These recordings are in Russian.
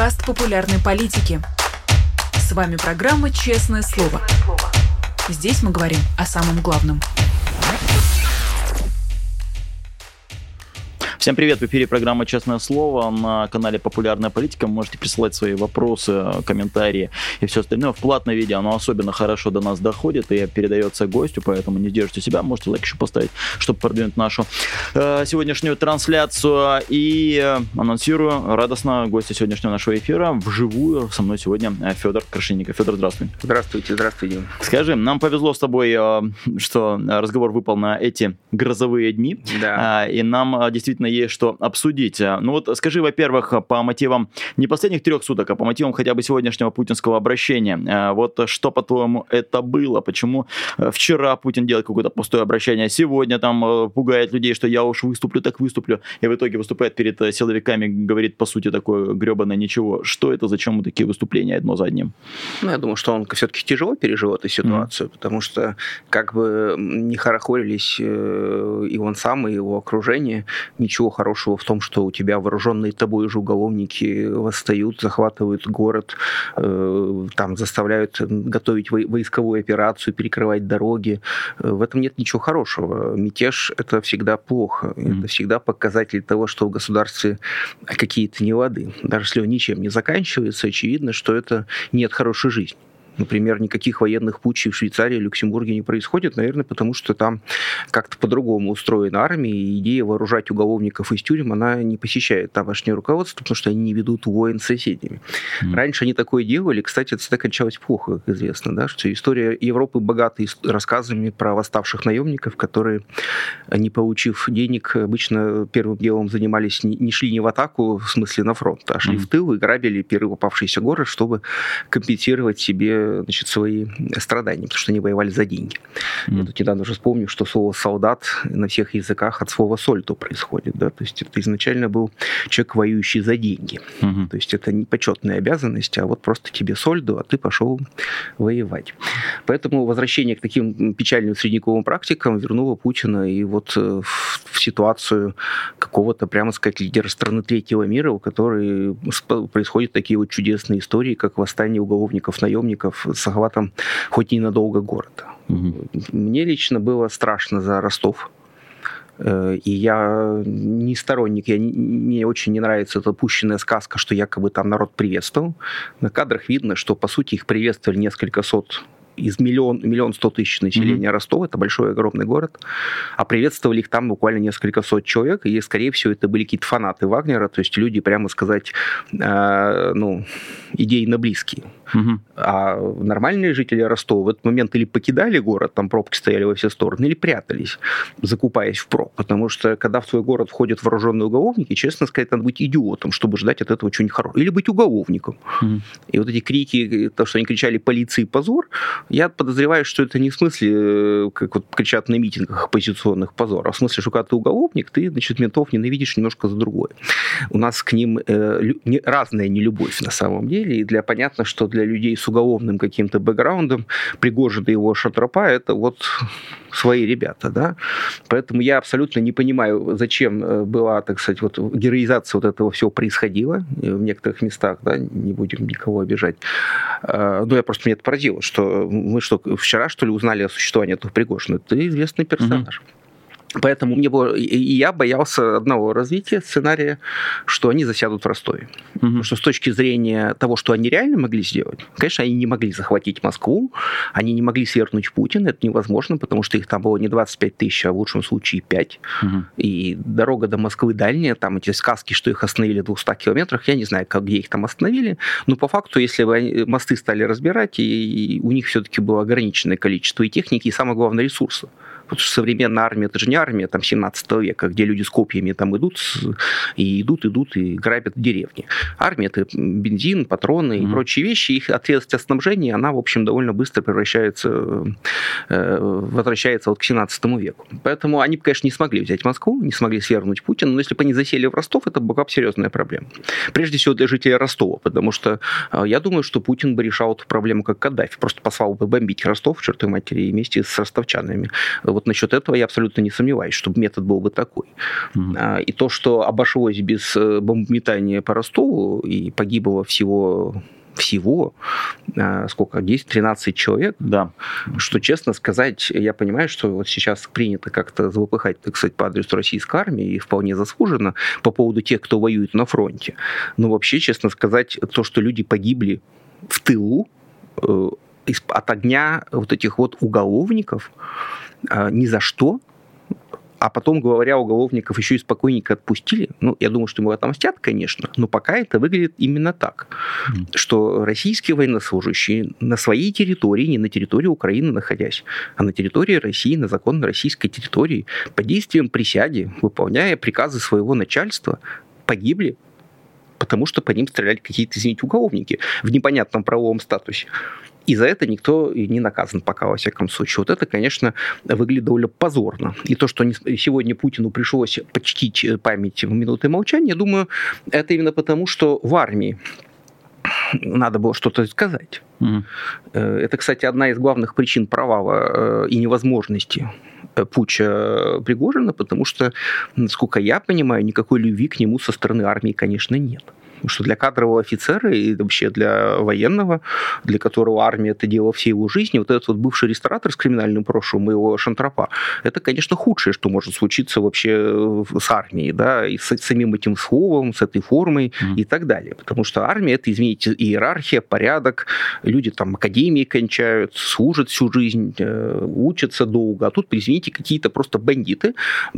подкаст популярной политики. С вами программа «Честное слово». Здесь мы говорим о самом главном. Всем привет, в эфире программа «Честное слово» на канале «Популярная политика». Можете присылать свои вопросы, комментарии и все остальное. В платном виде оно особенно хорошо до нас доходит и передается гостю, поэтому не держите себя. Можете лайк еще поставить, чтобы продвинуть нашу сегодняшнюю трансляцию. И анонсирую радостно гостя сегодняшнего нашего эфира вживую. Со мной сегодня Федор Крашенников. Федор, здравствуй. Здравствуйте. Скажи, нам повезло с тобой, что разговор выпал на эти грозовые дни. Да. И нам действительно есть что обсудить. Ну вот скажи, во-первых, по мотивам не последних 3 суток, а по мотивам хотя бы сегодняшнего путинского обращения. Вот что, по-твоему, это было? Почему вчера Путин делает какое-то пустое обращение, сегодня там пугает людей, что я уж выступлю, так выступлю, и в итоге выступает перед силовиками, говорит, по сути, такое гребаное ничего. Что это, зачем такие выступления одно за одним? Ну, я думаю, что он все-таки тяжело пережил эту ситуацию, потому что как бы не хорохорились и он сам, и его окружение, ничего хорошего в том, что у тебя вооруженные тобой же уголовники восстают, захватывают город, там заставляют готовить войсковую операцию, перекрывать дороги. В этом нет ничего хорошего. Мятеж — это всегда плохо. Это всегда показатель того, что в государстве какие-то нелады. Даже если он ничем не заканчивается, очевидно, что это нет хорошей жизни. Например, никаких военных путчей в Швейцарии и Люксембурге не происходит, наверное, потому что там как-то по-другому устроена армия, и идея вооружать уголовников из тюрем, она не посещает тамошнее руководство, потому что они не ведут войн с соседями. Раньше они такое делали, кстати, это всегда кончалось плохо, как известно, да, что история Европы богата рассказами про восставших наемников, которые, не получив денег, обычно первым делом занимались, не шли не в атаку, в смысле на фронт, а шли в тыл и грабили первый попавшийся город, чтобы компенсировать себе, значит, свои страдания, потому что они воевали за деньги. Я тут недавно уже вспомнил, что слово «солдат» на всех языках от слова «сольто» происходит, да, то есть это изначально был человек, воюющий за деньги. То есть это не почетная обязанность, а вот просто тебе сольдо, а ты пошел воевать. Поэтому возвращение к таким печальным средневековым практикам вернуло Путина и вот в ситуацию какого-то, прямо сказать, лидера страны третьего мира, у которой происходят такие вот чудесные истории, как восстание уголовников-наемников с охватом хоть ненадолго города. Мне лично было страшно за Ростов. И я не сторонник, мне очень не нравится эта пущенная сказка, что якобы там народ приветствовал. На кадрах видно, что, по сути, их приветствовали несколько сот из 1 100 000 населения Ростова, это большой огромный город, а приветствовали их там буквально несколько сот человек, и, скорее всего, это были какие-то фанаты Вагнера, то есть люди, прямо сказать, идейно близкие. А нормальные жители Ростова в этот момент или покидали город, там пробки стояли во все стороны, или прятались, закупаясь впрок, потому что, когда в твой город входят вооруженные уголовники, честно сказать, надо быть идиотом, чтобы ждать от этого чего-нибудь хорошего, или быть уголовником. И вот эти крики, то, что они кричали «полиции позор», я подозреваю, что это не в смысле, как вот кричат на митингах оппозиционных, позор, а в смысле, что когда ты уголовник, ты, значит, ментов ненавидишь немножко за другое. У нас к ним разная нелюбовь на самом деле, и понятно, что для людей с уголовным каким-то бэкграундом Пригожин и его шатропа — это вот свои ребята, да. Поэтому я абсолютно не понимаю, зачем была, так сказать, вот героизация вот этого всего происходила в некоторых местах, да, не будем никого обижать. Но меня это поразило, что мы вчера, что ли, узнали о существовании этого Пригожина. Это известный персонаж. Поэтому я боялся одного развития сценария, что они засядут в Ростове. Потому что с точки зрения того, что они реально могли сделать, конечно, они не могли захватить Москву, они не могли свергнуть Путина, это невозможно, потому что их там было не 25 000, а в лучшем случае 5. И дорога до Москвы дальняя, там эти сказки, что их остановили в 200 километрах, я не знаю, где их там остановили, но по факту, если бы мосты стали разбирать, и у них все-таки было ограниченное количество и техники, и самое главное, ресурсов. Потому что современная армия — это же не армия там 17 века, где люди с копьями там идут и грабят деревни. Армия — это бензин, патроны и прочие вещи. Их ответственность о снабжении, она, в общем, довольно быстро возвращается вот к 17 веку. Поэтому они, конечно, не смогли взять Москву, не смогли свергнуть Путина, но если бы они засели в Ростов, это была бы серьезная проблема. Прежде всего для жителей Ростова, потому что я думаю, что Путин бы решал эту проблему как Каддафи, просто послал бы бомбить Ростов, к чертовой матери, вместе с ростовчанами. Вот Вот насчет этого я абсолютно не сомневаюсь, что метод был бы такой. И то, что обошлось без бомбометания по Ростову и погибло всего сколько, 10-13 человек, да. Что, честно сказать, я понимаю, что вот сейчас принято как-то злопыхать, так сказать, по адресу российской армии, и вполне заслуженно, по поводу тех, кто воюет на фронте. Но вообще, честно сказать, то, что люди погибли в тылу от огня вот этих вот уголовников ни за что, а потом, говоря, уголовников еще и спокойненько отпустили. Ну, я думаю, что ему отомстят, конечно, но пока это выглядит именно так, что российские военнослужащие на своей территории, не на территории Украины находясь, а на территории России, на законной российской территории, под действием присяги, выполняя приказы своего начальства, погибли, потому что по ним стреляли какие-то, извините, уголовники в непонятном правовом статусе. И за это никто не наказан пока, во всяком случае. Вот это, конечно, выглядит довольно позорно. И то, что сегодня Путину пришлось почтить память в минуты молчания, я думаю, это именно потому, что в армии надо было что-то сказать. Это, кстати, одна из главных причин провала и невозможности путча Пригожина, потому что, насколько я понимаю, никакой любви к нему со стороны армии, конечно, нет. Потому что для кадрового офицера и вообще для военного, для которого армия это дело всей его жизни, вот этот вот бывший ресторатор с криминальным прошлым, его Шантропа, это, конечно, худшее, что может случиться вообще с армией, да, и с самим этим словом, с этой формой и так далее. Потому что армия, это, извините, иерархия, порядок, люди там академии кончают, служат всю жизнь, учатся долго, а тут, извините, какие-то просто бандиты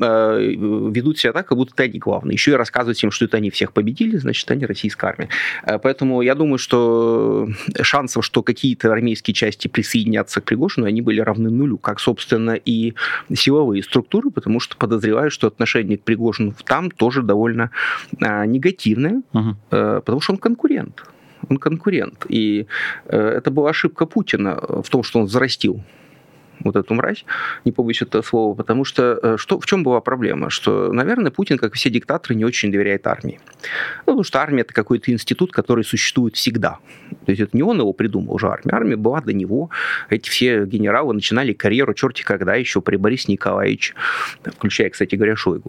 ведут себя так, как будто они главные. Еще и рассказывать им, что это они всех победили, значит, они российской армии. Поэтому я думаю, что шансов, что какие-то армейские части присоединятся к Пригожину, они были равны нулю, как, собственно, и силовые структуры, потому что подозреваю, что отношение к Пригожину там тоже довольно негативное, потому что он конкурент. Он конкурент. И это была ошибка Путина в том, что он взрастил вот эту мразь, не побоюсь этого слова, потому что в чем была проблема? Что, наверное, Путин, как и все диктаторы, не очень доверяет армии. Ну, потому что армия – это какой-то институт, который существует всегда. То есть это не он его придумал уже, армия. Армия была до него. Эти все генералы начинали карьеру черти когда еще при Борисе Николаевиче, включая, кстати говоря, Шойгу.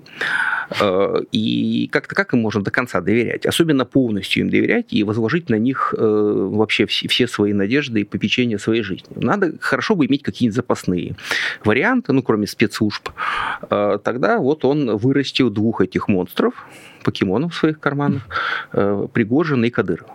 И как-то как им можно до конца доверять? Особенно полностью им доверять и возложить на них вообще все свои надежды и попечения своей жизни. Надо хорошо бы иметь какие-нибудь запасные варианты, ну, кроме спецслужб. Тогда вот он вырастил двух этих монстров, покемонов в своих карманах, Пригожина и Кадырова.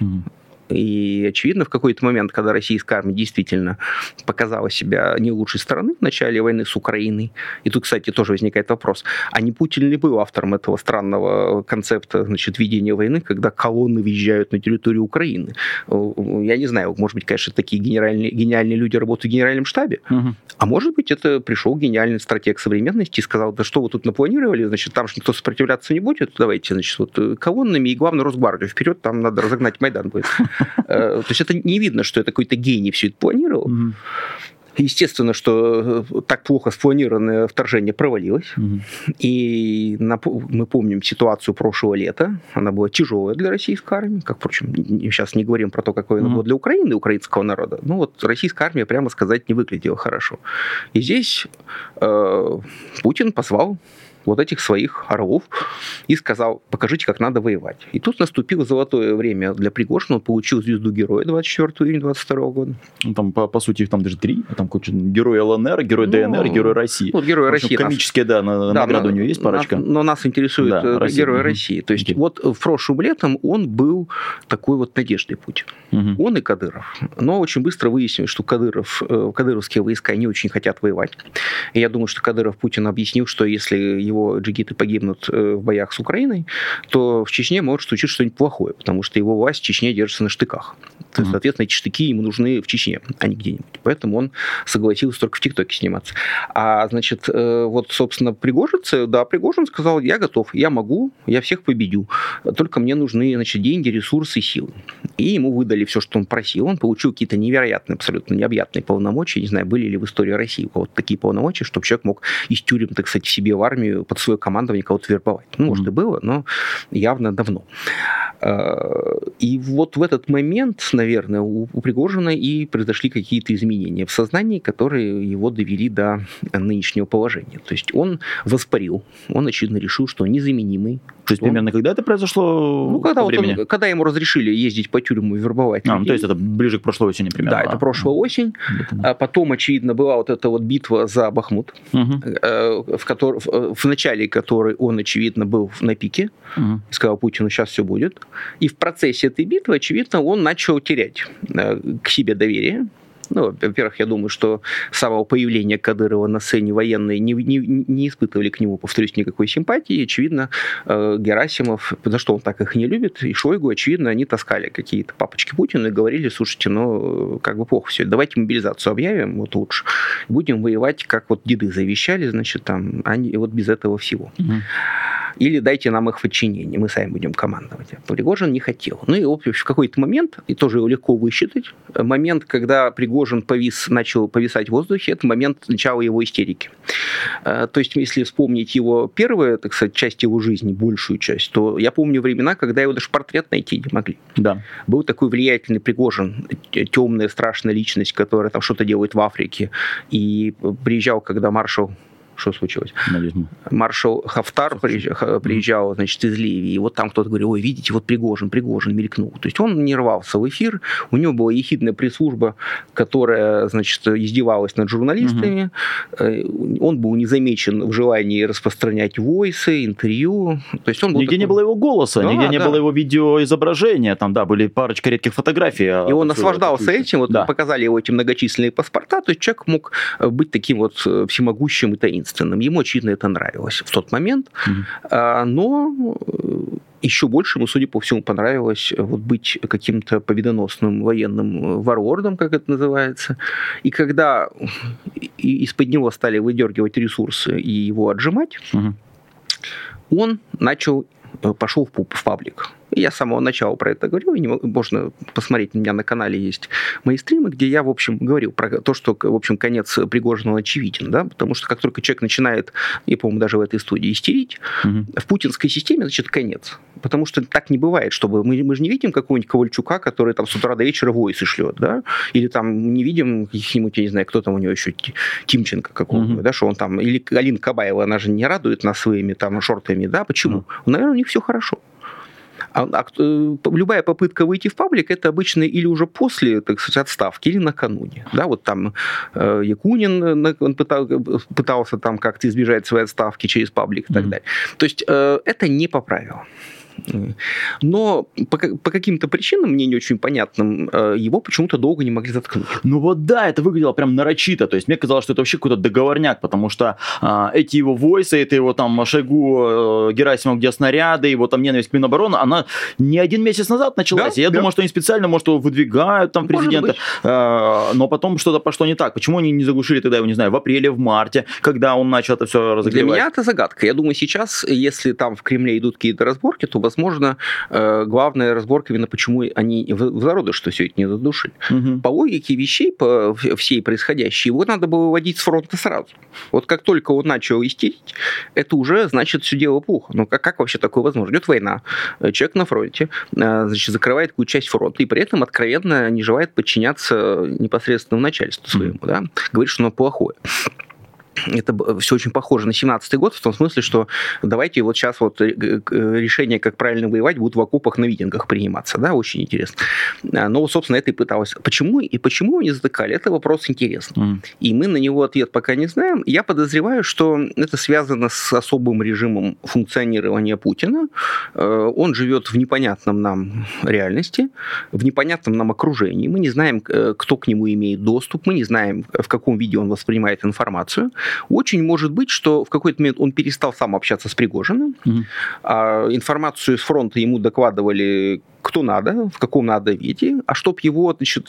И, очевидно, в какой-то момент, когда российская армия действительно показала себя не лучшей стороны в начале войны с Украиной, и тут, кстати, тоже возникает вопрос, а не Путин ли был автором этого странного концепта, значит, ведения войны, когда колонны въезжают на территорию Украины? Я не знаю, может быть, конечно, такие гениальные люди работают в генеральном штабе, а может быть, это пришел гениальный стратег современности и сказал, да что вы тут напланировали, значит, там же никто сопротивляться не будет, давайте, значит, вот колоннами и, главное, Росгвардию вперед, там надо разогнать Майдан будет. То есть это не видно, что это какой-то гений все это планировал. Естественно, что так плохо спланированное вторжение провалилось. И мы помним ситуацию прошлого лета. Она была тяжелая для российской армии. Как, впрочем, сейчас не говорим про то, какое она была для Украины, украинского народа. Но вот российская армия, прямо сказать, не выглядела хорошо. И здесь Путин позвал вот этих своих орлов и сказал, покажите, как надо воевать. И тут наступило золотое время для Пригожина. Он получил звезду Героя 24 июня 22 года. Ну, там, по сути, их там даже 3. Там Герой ЛНР, Герой ДНР, Герой России. Вот Герой России. Комические, да, награды у него есть парочка. Но нас интересует Герой России. То есть вот в прошлом летом он был такой вот надеждой Путина. Он и Кадыров. Но очень быстро выяснилось, что кадыровские войска не очень хотят воевать. И я думаю, что Кадыров Путину объяснил, что если его джигиты погибнут в боях с Украиной, то в Чечне может случиться что-нибудь плохое, потому что его власть в Чечне держится на штыках. То есть, соответственно, эти штыки ему нужны в Чечне, а не где-нибудь. Поэтому он согласился только в ТикТоке сниматься. А, значит, вот, собственно, Пригожин сказал, я готов, я могу, я всех победю. Только мне нужны, значит, деньги, ресурсы, силы. И ему выдали все, что он просил. Он получил какие-то невероятные, абсолютно необъятные полномочия. Не знаю, были ли в истории России у кого-то такие полномочия, чтобы человек мог из тюрем, так сказать, себе в армию под свое командование кого-то вербовать. Ну, может, и было, но явно давно. И вот в этот момент, наверное, у Пригожина и произошли какие-то изменения в сознании, которые его довели до нынешнего положения. То есть он воспарил, он, очевидно, решил, что он незаменимый. То есть примерно когда это произошло? Ну, когда ему разрешили ездить по тюрьму и вербовать людей. То есть это ближе к прошлой осени примерно? Да, это прошлая осень. А потом, очевидно, была вот эта вот битва за Бахмут, в начале которой он, очевидно, был на пике, и сказал Путину, сейчас все будет. И в процессе этой битвы, очевидно, он начал терять к себе доверие. Ну, во-первых, я думаю, что с самого появления Кадырова на сцене военные не испытывали к нему, повторюсь, никакой симпатии. Очевидно, Герасимов, за что он так их не любит, и Шойгу, очевидно, они таскали какие-то папочки Путина и говорили, слушайте, как бы плохо все, давайте мобилизацию объявим, вот лучше. Будем воевать, как вот деды завещали, значит, там, вот без этого всего. Или дайте нам их в подчинение, мы сами будем командовать. Пригожин не хотел. Ну и в какой-то момент, и тоже его легко высчитать, момент, когда Пригожин начал повисать в воздухе, это момент начала его истерики. То есть, если вспомнить его первую, так сказать, часть его жизни, большую часть, то я помню времена, когда его даже портрет найти не могли. Да. Был такой влиятельный Пригожин, темная, страшная личность, которая там что-то делает в Африке, и приезжал, когда маршал... Что случилось? Маршал Хафтар приезжал, значит, из Ливии, и вот там кто-то говорил, ой, видите, вот Пригожин мелькнул. То есть он не рвался в эфир, у него была ехидная пресс-служба, которая, значит, издевалась над журналистами, он был не замечен в желании распространять войсы, интервью. То есть он был нигде не было его голоса, нигде не было его видеоизображения, там, да, были парочка редких фотографий. И он наслаждался этим, вот показали его эти многочисленные паспорта, то есть человек мог быть таким вот всемогущим и таинственным. Ему, очевидно, это нравилось в тот момент, но еще больше ему, судя по всему, понравилось вот быть каким-то победоносным военным варвардом, как это называется. И когда из-под него стали выдергивать ресурсы и его отжимать, он пошел в паблик. Я с самого начала про это говорил, и можно посмотреть, у меня на канале есть мои стримы, где я, в общем, говорил про то, что, в общем, конец Пригожина очевиден, да, потому что как только человек начинает, я, по-моему, даже в этой студии истерить, в путинской системе, значит, конец. Потому что так не бывает, чтобы... Мы же не видим какого-нибудь Ковальчука, который там с утра до вечера войсы шлет, да, или там не видим каких-нибудь, я не знаю, кто там у него еще, Тимченко какого-то, да, что он там, или Алина Кабаева, она же не радует нас своими там шортами, да, почему? Наверное, у них все хорошо. Любая попытка выйти в паблик, это обычно или уже после, так сказать, отставки, или накануне. Да, вот там Якунин он пытался там как-то избежать своей отставки через паблик и так далее. То есть это не по правилам. Но по каким-то причинам, мне не очень понятным, его почему-то долго не могли заткнуть. Ну вот да, это выглядело прям нарочито. То есть мне казалось, что это вообще какой-то договорняк, потому что эти его войсы, это его там Шойгу, Герасимов, где снаряды, его там ненависть к Минобороны, она не один месяц назад началась. Да? Я думал, что они специально, может, его выдвигают там президента, но потом что-то пошло не так. Почему они не заглушили тогда его, не знаю, в апреле, в марте, когда он начал это все разогревать? Для меня это загадка. Я думаю, сейчас, если там в Кремле идут какие-то разборки, то возможно, главная разборка именно почему они в зародыше, что все это не задушили. По логике вещей, по всей происходящей, его надо было выводить с фронта сразу. Вот как только он начал истерить, это уже значит все дело плохо. Ну как вообще такое возможно? Идет война, человек на фронте, значит, закрывает какую-то часть фронта и при этом откровенно не желает подчиняться непосредственному начальству своему, да? Говорит, что оно плохое. Это все очень похоже на 17-й год, в том смысле, что давайте вот сейчас вот решения, как правильно воевать, будут в окопах на митингах приниматься, да, очень интересно. Но вот, собственно, это и пыталось. Почему они затыкали? Это вопрос интересный. И мы на него ответ пока не знаем. Я подозреваю, что это связано с особым режимом функционирования Путина. Он живет в непонятном нам реальности, в непонятном нам окружении. Мы не знаем, кто к нему имеет доступ, мы не знаем, в каком виде он воспринимает информацию. Очень может быть, что в какой-то момент он перестал сам общаться с Пригожиным, а информацию с фронта ему докладывали кто надо, в каком надо виде, а чтоб его, значит,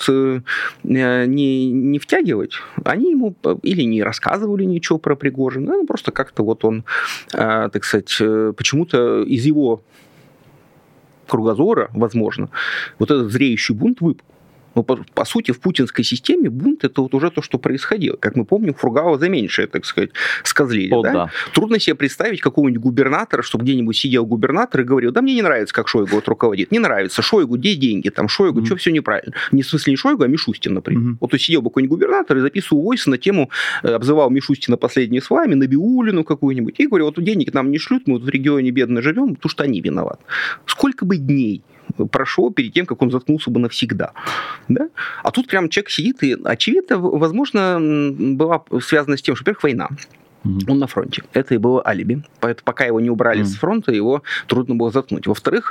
не втягивать, они ему или не рассказывали ничего про Пригожина, ну, просто как-то вот он, так сказать, почему-то из его кругозора, возможно, вот этот зреющий бунт выпал. Но, по сути, в путинской системе бунт – это вот уже то, что происходило. Как мы помним, Фургала за меньшее, так сказать, скозлили. Да? Трудно себе представить какого-нибудь губернатора, что где-нибудь сидел губернатор и говорил, да мне не нравится, как Шойгу вот руководит. Не нравится. Шойгу, где деньги? Там Шойгу, что все неправильно. Не в смысле не Шойгу, а Мишустин, например. Вот сидел бы какой-нибудь губернатор и записывал войсы на тему, обзывал Мишустина последние словами, Набиуллину какую-нибудь. И говорил, вот денег нам не шлют, мы вот в регионе бедно живем, потому что они виноваты. Сколько бы дней прошло перед тем, как он заткнулся бы навсегда. Да? А тут прям человек сидит, и, очевидно, возможно, была связана с тем, что, во-первых, война. Он на фронте. Это и было алиби. Поэтому пока его не убрали с фронта, его трудно было заткнуть. Во-вторых,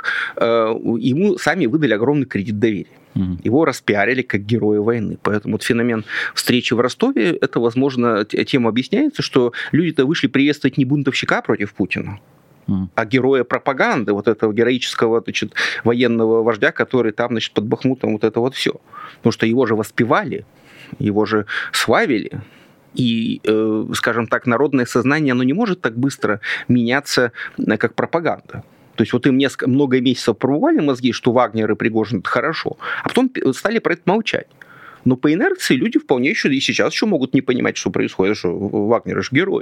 ему сами выдали огромный кредит доверия. Его распиарили как героя войны. Поэтому вот феномен встречи в Ростове, это, возможно, тем объясняется, что люди-то вышли приветствовать не бунтовщика против Путина, а героя пропаганды, вот этого героического, значит, военного вождя, который там, значит, под Бахмутом вот это вот все. Потому что его же воспевали, его же славили. И, скажем так, народное сознание, оно не может так быстро меняться, как пропаганда. То есть вот им много месяцев пробовали мозги, что Вагнер и Пригожин – это хорошо, а потом стали про это молчать. Но по инерции люди вполне еще и сейчас еще могут не понимать, что происходит, что Вагнер же герой.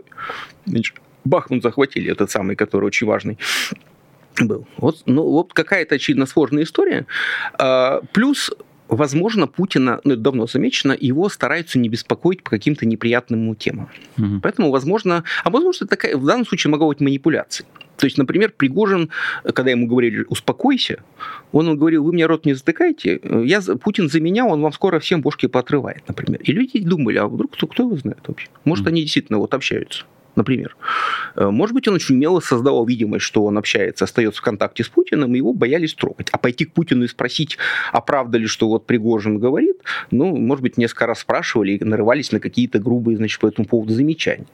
Бахмут захватили, этот самый, который очень важный был. Вот, ну, вот какая-то очевидно сложная история. Плюс, возможно, Путина, ну, это давно замечено, его стараются не беспокоить по каким-то неприятным темам. Поэтому, возможно, такая, в данном случае могла быть манипуляция. То есть, например, Пригожин, когда ему говорили «успокойся», он говорил, вы мне рот не затыкайте, Путин за меня, он вам скоро всем бошки поотрывает, например. И люди думали, а вдруг кто его знает вообще? Может, они действительно вот общаются. Например. Может быть, он очень умело создавал видимость, что он общается, остается в контакте с Путиным, и его боялись трогать. А пойти к Путину и спросить, а правда ли, что вот Пригожин говорит, ну, может быть, несколько раз спрашивали и нарывались на какие-то грубые, значит, по этому поводу замечания.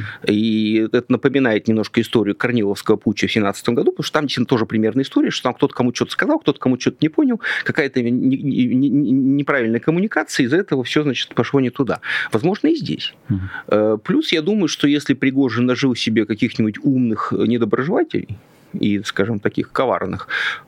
И это напоминает немножко историю Корниловского путча в 17 году, потому что там действительно тоже примерная история, что там кто-то кому что-то сказал, кто-то кому что-то не понял, какая-то неправильная коммуникация, из-за этого все, значит, пошло не туда. Возможно, и здесь. Плюс я думаю, что если Пригожин нажил себе каких-нибудь умных недоброжелателей, и, скажем, таких коварных,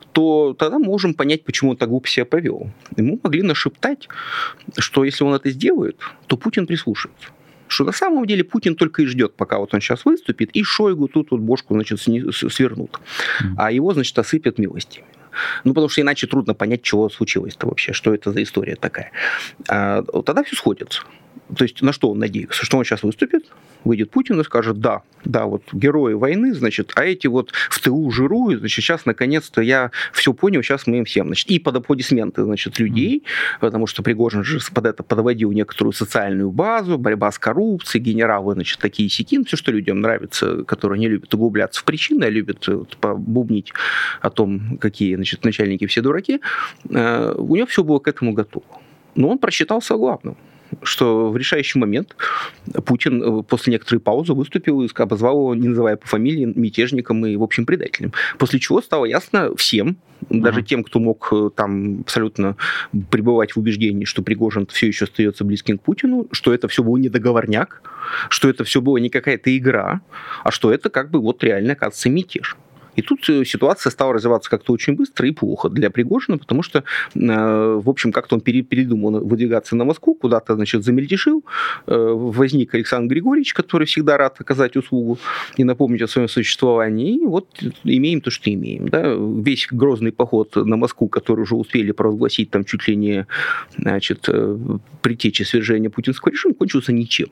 то тогда можем понять, почему он так глупо себя повел. Ему могли нашептать, что если он это сделает, то Путин прислушается. Что на самом деле Путин только и ждет, пока вот он сейчас выступит, и Шойгу тут вот бошку, значит, свернут. А его, значит, осыпят милостями. Ну, потому что иначе трудно понять, чего случилось-то вообще, что это за история такая. Тогда все сходится. То есть на что он надеется? Что он сейчас выступит, выйдет Путин и скажет, да, вот герои войны, значит, а эти вот в тылу жируют, значит, сейчас наконец-то я все понял, сейчас мы им всем, значит, и под аплодисменты, значит, людей, потому что Пригожин же под это подводил некоторую социальную базу, борьба с коррупцией, генералы, значит, такие сики, все, что людям нравится, которые не любят углубляться в причины, а любят вот, побубнить о том, какие, значит, начальники все дураки, у него все было к этому готово. Но он просчитался главным, что в решающий момент Путин после некоторой паузы выступил и обозвал его, не называя по фамилии, мятежником и, в общем, предателем. После чего стало ясно всем, даже тем, кто мог там абсолютно пребывать в убеждении, что Пригожин все еще остается близким к Путину, что это все был не договорняк, что это все было не какая-то игра, а что это как бы вот реально, оказывается, мятеж. И тут ситуация стала развиваться как-то очень быстро и плохо для Пригожина, потому что, в общем, как-то он передумал выдвигаться на Москву, куда-то, значит, замельтешил. Возник Александр Григорьевич, который всегда рад оказать услугу и напомнить о своем существовании. И вот имеем то, что имеем. Да? Весь грозный поход на Москву, который уже успели провозгласить там чуть ли не, значит, предтечи свержения путинского режима, кончился ничем.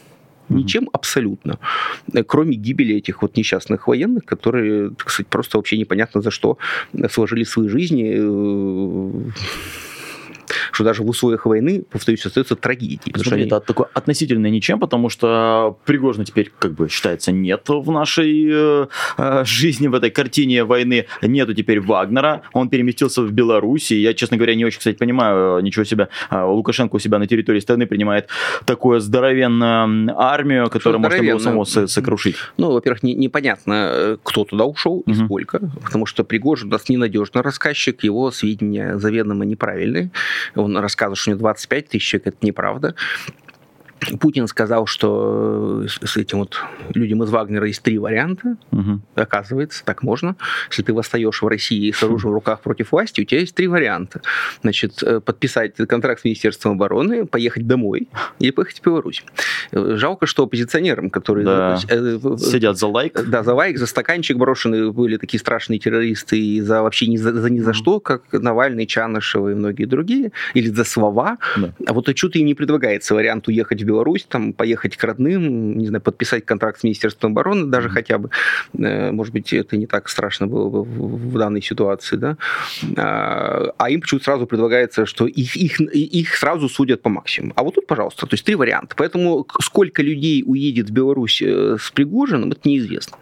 Ничем абсолютно. Кроме гибели этих вот несчастных военных, которые, так сказать, просто вообще непонятно за что сложили свои жизни, что даже в условиях войны, повторюсь, остается трагедией. Смотри, это такое относительно ничем, потому что Пригожина теперь, как бы, считается, нет в нашей жизни, в этой картине войны. Нету теперь Вагнера, он переместился в Беларусь, и я, честно говоря, не очень, кстати, понимаю, ничего себе, Лукашенко у себя на территории страны принимает такую здоровенную армию, которая может его самого сокрушить. Ну, во-первых, непонятно, кто туда ушел и сколько, потому что Пригожин у нас ненадежный рассказчик, его сведения заведомо неправильные. Он рассказывает, что у него 25 тысяч человек, это неправда. Путин сказал, что с этим вот людям из Вагнера есть 3 варианта. Оказывается, так можно. Если ты восстаешь в России с оружием в руках против власти, у тебя есть 3 варианта. Значит, подписать контракт с Министерством обороны, поехать домой или поехать в Беларусь. Жалко, что оппозиционерам, которые сидят за лайк. Да, за лайк, за стаканчик брошены, были такие страшные террористы, и за вообще ни за что, как Навальный, Чанышева и многие другие, или за слова. Да. А вот что-то им не предлагается вариант уехать в Беларусь, там, поехать к родным, не знаю, подписать контракт с Министерством обороны даже хотя бы. Может быть, это не так страшно было бы в данной ситуации, да. А им почему-то сразу предлагается, что их сразу судят по максимуму. А вот тут, пожалуйста, то есть 3 варианта. Поэтому сколько людей уедет в Беларусь с Пригожиным, это неизвестно.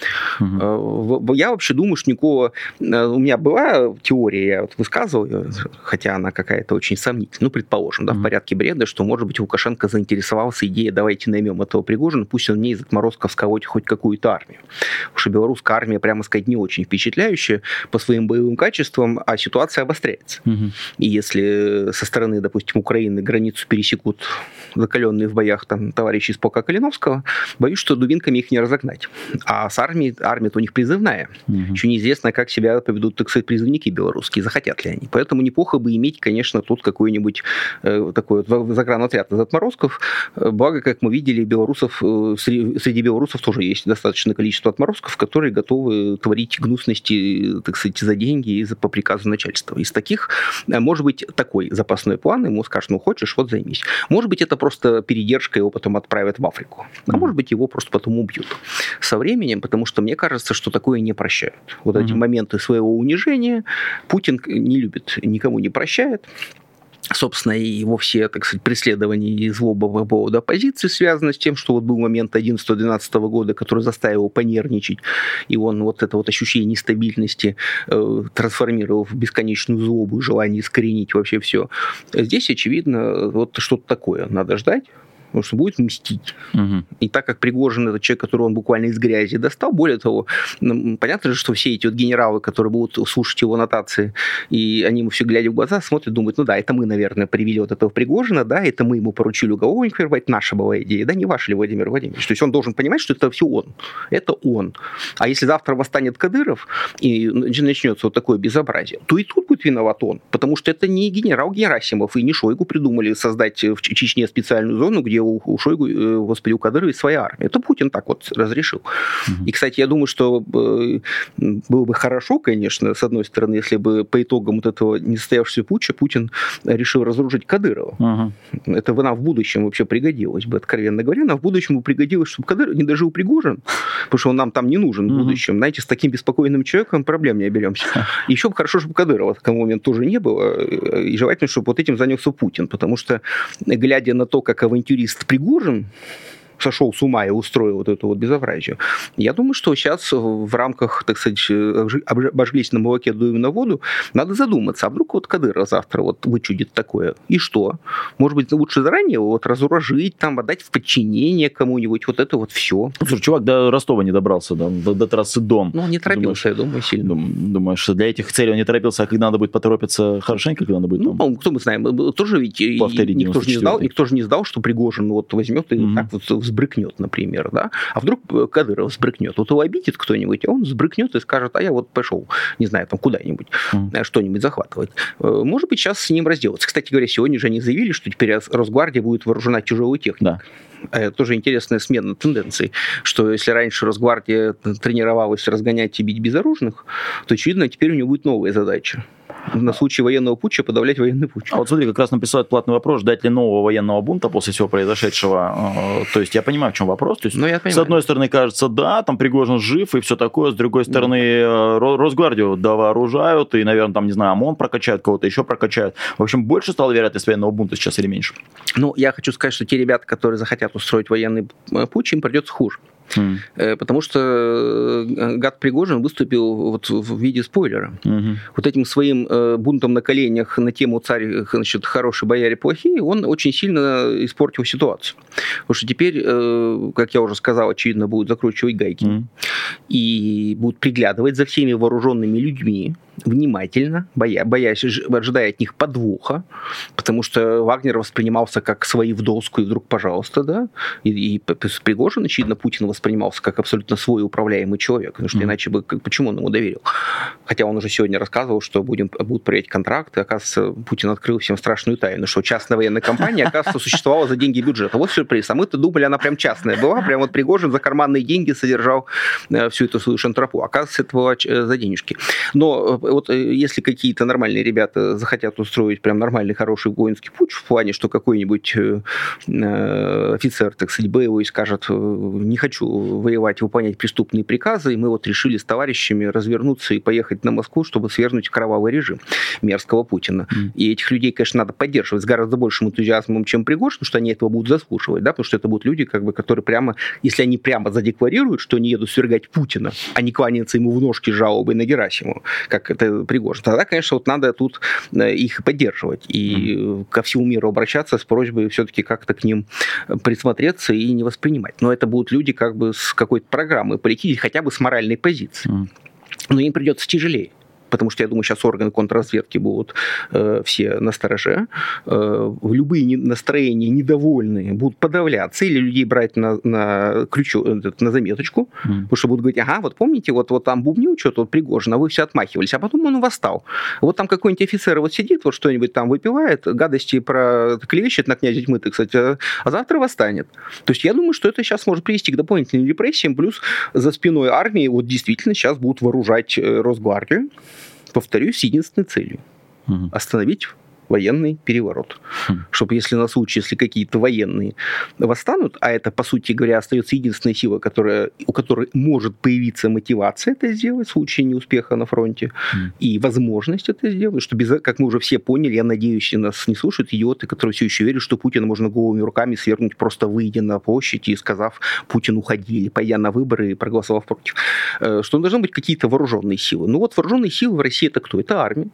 Я вообще думаю, что никакого... У меня была теория, я вот высказывал ее, хотя она какая-то очень сомнительная, ну, предположим, да, в порядке бреда, что, может быть, Лукашенко заинтересовался идеей, давайте наймем этого Пригожина, пусть он мне из отморозков сколотит хоть какую-то армию. Потому что белорусская армия, прямо сказать, не очень впечатляющая по своим боевым качествам, а ситуация обостряется. И если со стороны, допустим, Украины границу пересекут закаленные в боях там товарищи из полка Калиновского, боюсь, что дубинками их не разогнать. А с армия-то у них призывная. Еще неизвестно, как себя поведут, так сказать, призывники белорусские, захотят ли они. Поэтому неплохо бы иметь, конечно, тут какой-нибудь такой вот загранотряд из отморозков. Благо, как мы видели, среди белорусов тоже есть достаточное количество отморозков, которые готовы творить гнусности, так сказать, за деньги и по приказу начальства. Из таких, может быть, такой запасной план, ему скажут, ну, хочешь, вот займись. Может быть, это просто передержка, его потом отправят в Африку. А может быть, его просто потом убьют со временем, потому что мне кажется, что такое не прощают. Вот эти моменты своего унижения Путин не любит, никому не прощает. Собственно, и его все, так сказать, преследования и злоба по поводу оппозиции связаны с тем, что вот был момент 11-12 года, который заставил его понервничать, и он вот это вот ощущение нестабильности трансформировал в бесконечную злобу и желание искоренить вообще все. Здесь, очевидно, вот что-то такое надо ждать, потому что будет мстить. И так как Пригожин — это человек, которого он буквально из грязи достал, более того, понятно же, что все эти вот генералы, которые будут слушать его нотации, и они ему все глядя в глаза смотрят, думают, ну да, это мы, наверное, привели вот этого Пригожина, да, это мы ему поручили уголовник вербовать, наша была идея, да, не ваша ли, Владимир Владимирович? То есть он должен понимать, что это все он. Это он. А если завтра восстанет Кадыров и начнется вот такое безобразие, то и тут будет виноват он, потому что это не генерал Герасимов и не Шойгу придумали создать в Чечне специальную зону, где у Шойгу, господи, у Кадырова есть своя армия. Это Путин так вот разрешил. И, кстати, я думаю, что было бы хорошо, конечно, с одной стороны, если бы по итогам вот этого несостоявшегося путча Путин решил разоружить Кадырова. Это нам в будущем вообще пригодилось бы, откровенно говоря. Нам в будущем бы пригодилось, чтобы Кадыров не дожил Пригожин, потому что он нам там не нужен в будущем. Знаете, с таким беспокойным человеком проблем не оберемся. Еще бы хорошо, чтобы Кадырова в такой момент тоже не было. И желательно, чтобы вот этим занялся Путин, потому что, глядя на то, как авантюрист Пригожин сошел с ума и устроил вот это вот безобразие. Я думаю, что сейчас в рамках, так сказать, обожглись на молоке, дуем на воду, надо задуматься, а вдруг вот Кадыров завтра вот вычудит такое, и что? Может быть, лучше заранее его вот разоружить, там, отдать в подчинение кому-нибудь, вот это вот все. Слушай, чувак до Ростова не добрался, до трассы Дон. Ну, он не торопился, я думаю, сильно. Думаешь, что для этих целей он не торопился, а когда надо будет поторопиться хорошенько, когда надо будет там? Ну, кто мы знаем, тоже ведь никто же не знал, что Пригожин вот возьмет и так вот взбрыкнет, например, да? А вдруг Кадыров взбрыкнет? Вот его обидит кто-нибудь, а он взбрыкнет и скажет, а я вот пошел, не знаю, там куда-нибудь что-нибудь захватывать. Может быть, сейчас с ним разделаться. Кстати говоря, сегодня же они заявили, что теперь Росгвардия будет вооружена тяжелой техникой. Да. Это тоже интересная смена тенденций, что если раньше Росгвардия тренировалась разгонять и бить безоружных, то, очевидно, теперь у нее будет новая задача. На случай военного путча подавлять военный путч. А вот смотри, как раз нам присылают платный вопрос, ждать ли нового военного бунта после всего произошедшего. То есть я понимаю, в чем вопрос. То есть, с одной стороны, кажется, да, там Пригожин жив и все такое, с другой стороны, Росгвардию довооружают, и, наверное, там, не знаю, ОМОН прокачают, кого-то еще прокачают. В общем, больше стало вероятность военного бунта сейчас или меньше? Ну, я хочу сказать, что те ребята, которые захотят устроить военный путч, им придется хуже. Потому что гад Пригожин выступил вот в виде спойлера. Вот этим своим бунтом на коленях на тему «Царь, значит, хороший, бояре плохие», он очень сильно испортил ситуацию. Потому что теперь, как я уже сказал, очевидно, будут закручивать гайки и будут приглядывать за всеми вооруженными людьми, внимательно, ожидая от них подвоха, потому что Вагнер воспринимался как свои в доску, и вдруг, пожалуйста, да, и Пригожин, очевидно, Путин воспринимался как абсолютно свой управляемый человек, потому что иначе бы, почему он ему доверил? Хотя он уже сегодня рассказывал, что будут проверять контракты, оказывается, Путин открыл всем страшную тайну, что частная военная компания, оказывается, существовала за деньги бюджета. Вот сюрприз. А мы-то думали, она прям частная была, прям вот Пригожин за карманные деньги содержал всю эту свою шантропу. Оказывается, это было за денежки. Но вот если какие-то нормальные ребята захотят устроить прям нормальный, хороший воинский путь, в плане, что какой-нибудь офицер, так сказать, боевой скажет, не хочу воевать, выполнять преступные приказы, и мы вот решили с товарищами развернуться и поехать на Москву, чтобы свергнуть кровавый режим мерзкого Путина. И этих людей, конечно, надо поддерживать с гораздо большим энтузиазмом, чем Пригожин, потому что они этого будут заслуживать, да, потому что это будут люди, как бы, которые прямо, если они прямо задекларируют, что они едут свергать Путина, а не кланяться ему в ножки с жалобой на Герасимова, как это Пригожин, тогда, конечно, вот надо тут их поддерживать и ко всему миру обращаться с просьбой все-таки как-то к ним присмотреться и не воспринимать. Но это будут люди как бы с какой-то программой политики, хотя бы с моральной позиции. Но им придется тяжелее. Потому что, я думаю, сейчас органы контрразведки будут все настороже. Любые настроения недовольные будут подавляться или людей брать на заметочку, потому что будут говорить, ага, вот помните, вот там бубнил что-то вот Пригожин, а вы все отмахивались, а потом он восстал. Вот там какой-нибудь офицер вот сидит, вот что-нибудь там выпивает, гадости клевещет на князя Тьмы, кстати, а завтра восстанет. То есть я думаю, что это сейчас может привести к дополнительным репрессиям, плюс за спиной армии вот действительно сейчас будут вооружать Росгвардию, повторюсь, с единственной целью – остановить военный переворот. Чтобы если на случай, если какие-то военные восстанут, а это, по сути говоря, остается единственная сила, у которой может появиться мотивация это сделать в случае неуспеха на фронте, и возможность это сделать, что, как мы уже все поняли, я надеюсь, и нас не слушают идиоты, которые все еще верят, что Путина можно голыми руками свергнуть, просто выйдя на площадь и сказав «Путин, уходи», или пойдя на выборы и проголосовав против. Что должны быть какие-то вооруженные силы. Ну вот вооруженные силы в России это кто? Это армия.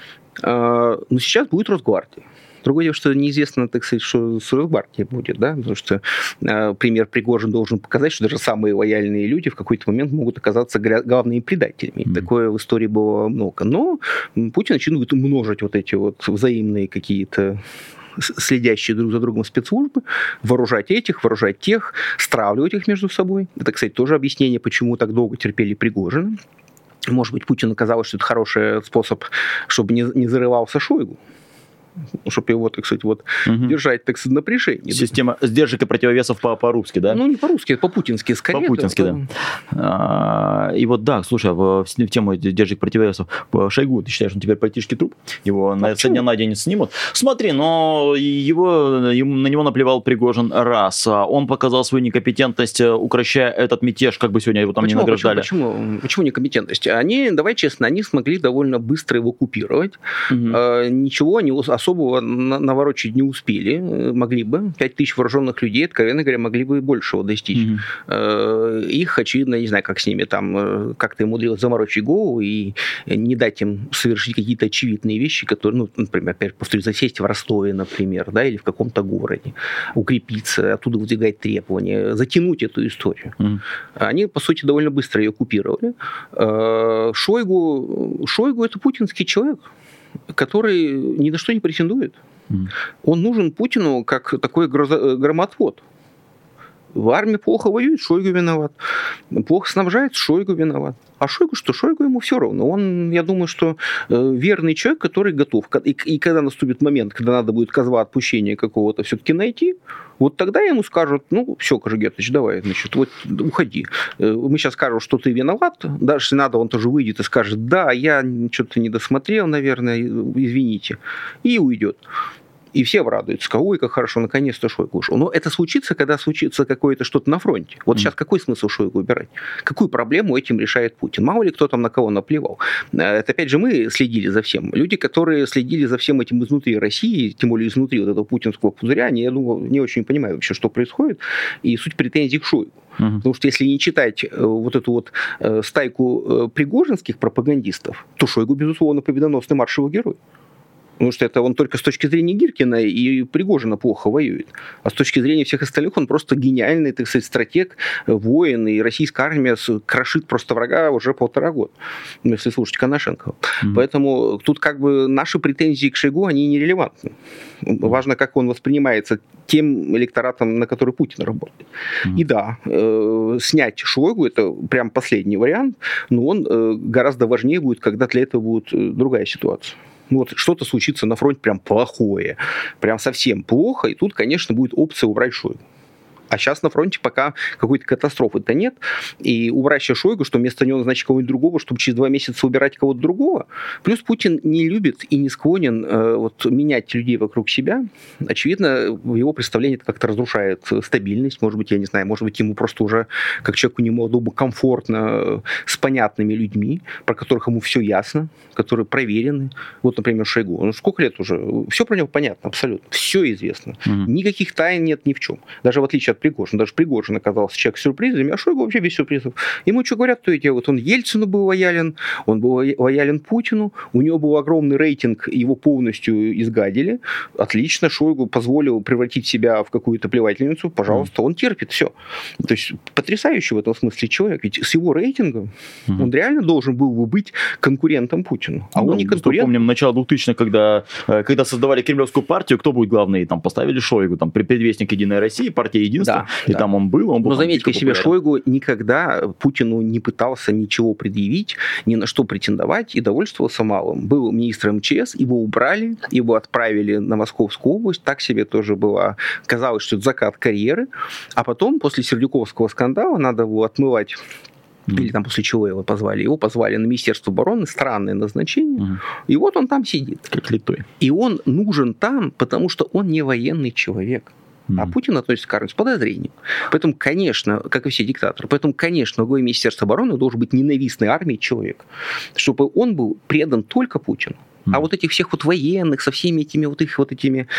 Но сейчас будет Росгвардия. Другое дело, что неизвестно, так сказать, что с Росгвардией будет, да, потому что пример Пригожин должен показать, что даже самые лояльные люди в какой-то момент могут оказаться главными предателями. Такое в истории было много. Но Путин начинает умножить вот эти вот взаимные какие-то следящие друг за другом спецслужбы, вооружать этих, вооружать тех, стравливать их между собой. Это, кстати, тоже объяснение, почему так долго терпели Пригожина. Может быть, Путину казалось, что это хороший способ, чтобы не зарывался Шойгу, чтобы его, так сказать, вот, держать, так сказать, напряжение. Система сдержек и противовесов по-русски, да? Ну, не по-русски, а по-путински скорее. По-путински, да. И вот, да, слушай, в тему сдержек и противовесов Шойгу, ты считаешь, он теперь политический труп? Его со дня на день снимут? Смотри, но на него наплевал Пригожин раз. Он показал свою некомпетентность, укращая этот мятеж, как бы сегодня его там не награждали. Почему некомпетентность? Давай честно, они смогли довольно быстро его купировать. Ничего особого наворочить не успели, могли бы. 5000 вооруженных людей, откровенно говоря, могли бы большего достичь. Их, очевидно, не знаю, как с ними там, как-то умудрилось заморочить голову и не дать им совершить какие-то очевидные вещи, которые, ну, например, опять повторюсь, засесть в Ростове, например, да, или в каком-то городе, укрепиться, оттуда выдвигать требования, затянуть эту историю. Они, по сути, довольно быстро ее купировали. Шойгу это путинский человек, который ни на что не претендует. Он нужен Путину как такой громотвод. В армии плохо воюет, Шойгу виноват. Плохо снабжает, Шойгу виноват. А Шойгу что? Шойгу ему все равно. Он, я думаю, что верный человек, который готов. И когда наступит момент, когда надо будет козла отпущения какого-то все-таки найти, вот тогда ему скажут, ну, все, Кожегетович, давай, значит, вот уходи. Мы сейчас скажем, что ты виноват. Даже если надо, он тоже выйдет и скажет, да, я что-то не досмотрел, наверное, извините. И уйдет. И все обрадуются. Ой, как хорошо, наконец-то Шойгу ушел. Но это случится, когда случится какое-то что-то на фронте. Вот сейчас какой смысл Шойгу убирать? Какую проблему этим решает Путин? Мало ли кто там на кого наплевал. Это опять же мы следили за всем. Люди, которые следили за всем этим изнутри России, тем более изнутри вот этого путинского пузыря, они, я думаю, не очень понимают вообще, что происходит. И суть претензий к Шойгу. Потому что если не читать вот эту вот стайку пригожинских пропагандистов, то Шойгу, безусловно, победоносный маршевый герой. Потому что это он только с точки зрения Гиркина и Пригожина плохо воюет. А с точки зрения всех остальных он просто гениальный, так сказать, стратег, воин, и российская армия крошит просто врага уже 1,5 года, если слушать Коношенкова. Поэтому тут как бы наши претензии к Шойгу, они нерелевантны. Важно, как он воспринимается тем электоратом, на который Путин работает. И да, снять Шойгу, это прям последний вариант, но он гораздо важнее будет, когда для этого будет другая ситуация. Ну, вот что-то случится на фронте прям плохое, прям совсем плохо, и тут, конечно, будет опция убрать Шойгу. А сейчас на фронте пока какой-то катастрофы-то нет. И убрать сейчас Шойгу, что вместо него назначить кого-нибудь другого, чтобы через 2 месяца убирать кого-то другого. Плюс Путин не любит и не склонен менять людей вокруг себя. Очевидно, в его представлении это как-то разрушает стабильность. Может быть, я не знаю, может быть, ему просто уже, как человеку немолодому, комфортно с понятными людьми, про которых ему все ясно, которые проверены. Вот, например, Шойгу. Ну, сколько лет уже? Все про него понятно, абсолютно. Все известно. Никаких тайн нет ни в чем. Даже в отличие от Пригожина. Даже Пригожин оказался человек с сюрпризами, а Шойгу вообще без сюрпризов. Ему что говорят, то и дело. Вот он Ельцину был лоялен, он был лоялен Путину, у него был огромный рейтинг, его полностью изгадили. Отлично, Шойгу позволил превратить себя в какую-то плевательницу, пожалуйста, он терпит все. То есть потрясающий в этом смысле человек. Ведь с его рейтингом он реально должен был бы быть конкурентом Путину. А он не конкурент. Помним начало 2000-х, когда создавали Кремлевскую партию, кто будет главный? Там поставили Шойгу, там предвестник Единой России, партия Единства. И там он был. Но заметьте себе, Шойгу никогда Путину не пытался ничего предъявить, ни на что претендовать и довольствовался малым. Был министром МЧС, его убрали, его отправили на Московскую область, так себе тоже было. Казалось, что это закат карьеры. А потом, после Сердюковского скандала, надо было отмывать. Или там после чего его позвали? Его позвали на Министерство обороны, странное назначение. И вот он там сидит. Как литой. И он нужен там, потому что он не военный человек. А Путин относится к армии с подозрением. Поэтому, конечно, как и все диктаторы, во главе Министерства обороны должен быть ненавистный армии человек. Чтобы он был предан только Путину. А вот этих всех вот военных, со всеми этими вот их вот этими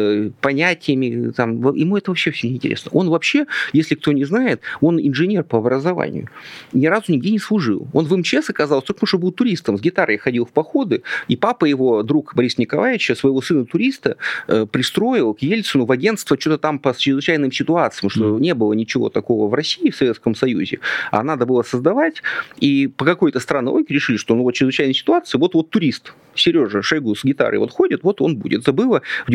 понятиями, там, ему это вообще все неинтересно. Он вообще, если кто не знает, он инженер по образованию. Ни разу нигде не служил. Он в МЧС оказался только потому, что был туристом. С гитарой ходил в походы. И папа его, друг Бориса Николаевича, своего сына-туриста пристроил к Ельцину в агентство что-то там по чрезвычайным ситуациям, что не было ничего такого в России, в Советском Союзе, а надо было создавать. И по какой-то странной логике решили, что ну вот чрезвычайная ситуация, вот турист. Сережа Шойгу с гитарой вот ходит, вот он будет. Забыла в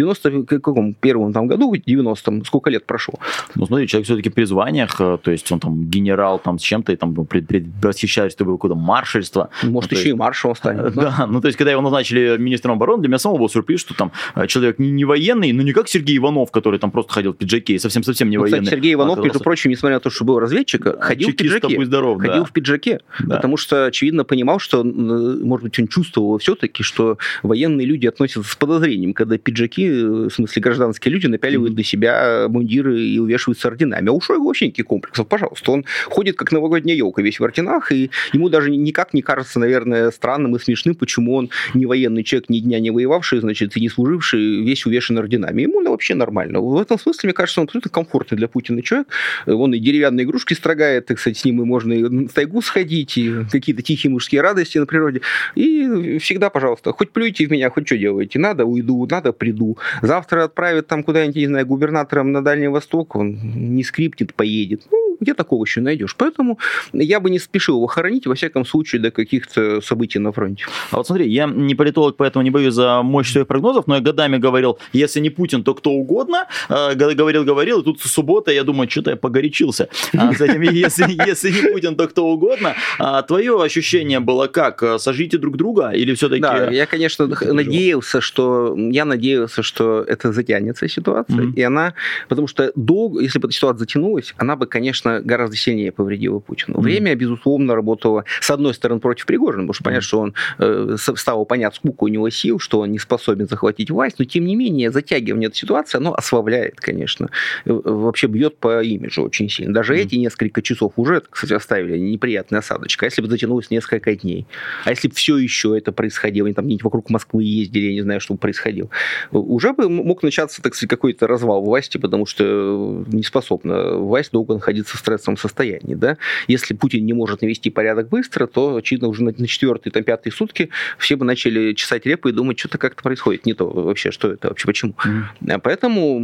91-м там году, в 90-м, сколько лет прошло. Ну, смотри, человек все-таки при званиях, то есть он там генерал там с чем-то, и там предвосхищает, что было какое-то маршальство. Может, еще и маршалом станет. Да, ну, то есть, когда его назначили министром обороны, для меня самого был сюрприз, что там человек не военный, но не как Сергей Иванов, который там просто ходил в пиджаке, и совсем не военный. Кстати, Сергей Иванов, между прочим, несмотря на то, что был разведчик, ходил в пиджаке. Будь здоров, ходил в пиджаке, потому что, очевидно, понимал, что, может быть, он чувствовал все-таки, что военные люди относятся с подозрением, когда пиджаки, в смысле гражданские люди, напяливают на себя мундиры и увешиваются орденами. А у Шойгу вообще никаких комплексов, пожалуйста. Он ходит как новогодняя елка весь в орденах, и ему даже никак не кажется, наверное, странным и смешным, почему он не военный человек, ни дня не воевавший, значит, и не служивший, весь увешан орденами. Ему вообще нормально. В этом смысле, мне кажется, он абсолютно комфортный для Путина человек. Он и деревянные игрушки строгает, так сказать, с ним и можно и на тайгу сходить, и какие-то тихие мужские радости на природе. И всегда, пожалуйста, хоть плюйте в меня, хоть что делаете. Надо уйду, надо приду. Завтра отправят там куда-нибудь, не знаю, губернатором на Дальний Восток, он не скрипнет, поедет. Ну, где такого еще найдешь? Поэтому я бы не спешил его хоронить, во всяком случае, до каких-то событий на фронте. А вот смотри, я не политолог, поэтому не боюсь за мощь своих прогнозов, но я годами говорил, если не Путин, то кто угодно. Говорил, и тут суббота, я думаю, что-то я погорячился. С этим, если не Путин, то кто угодно. Твое ощущение было как? Сожгите друг друга или все-таки... Да, я, конечно, надеялся, что это затянется ситуация, и она, потому что долго, если бы эта ситуация затянулась, она бы, конечно, гораздо сильнее повредила Путину. Время, безусловно, работало, с одной стороны, против Пригожина, потому что понятно, что он стало понятно, сколько у него сил, что он не способен захватить власть, но, тем не менее, затягивание этой ситуации, оно ослабляет, конечно, вообще бьет по имиджу очень сильно. Даже эти несколько часов уже, кстати, оставили неприятный осадочек. А если бы затянулось несколько дней? А если бы все еще это происходило, они там где-нибудь вокруг Москвы ездили, я не знаю, что происходило, уже бы мог начаться, так сказать, какой-то развал власти, потому что не способна власть долго находиться стрессовом состоянии, да. Если Путин не может навести порядок быстро, то, очевидно, уже на 4-й, там, 5-й сутки все бы начали чесать репы и думать, что-то как-то происходит не то вообще, что это вообще, почему. Поэтому,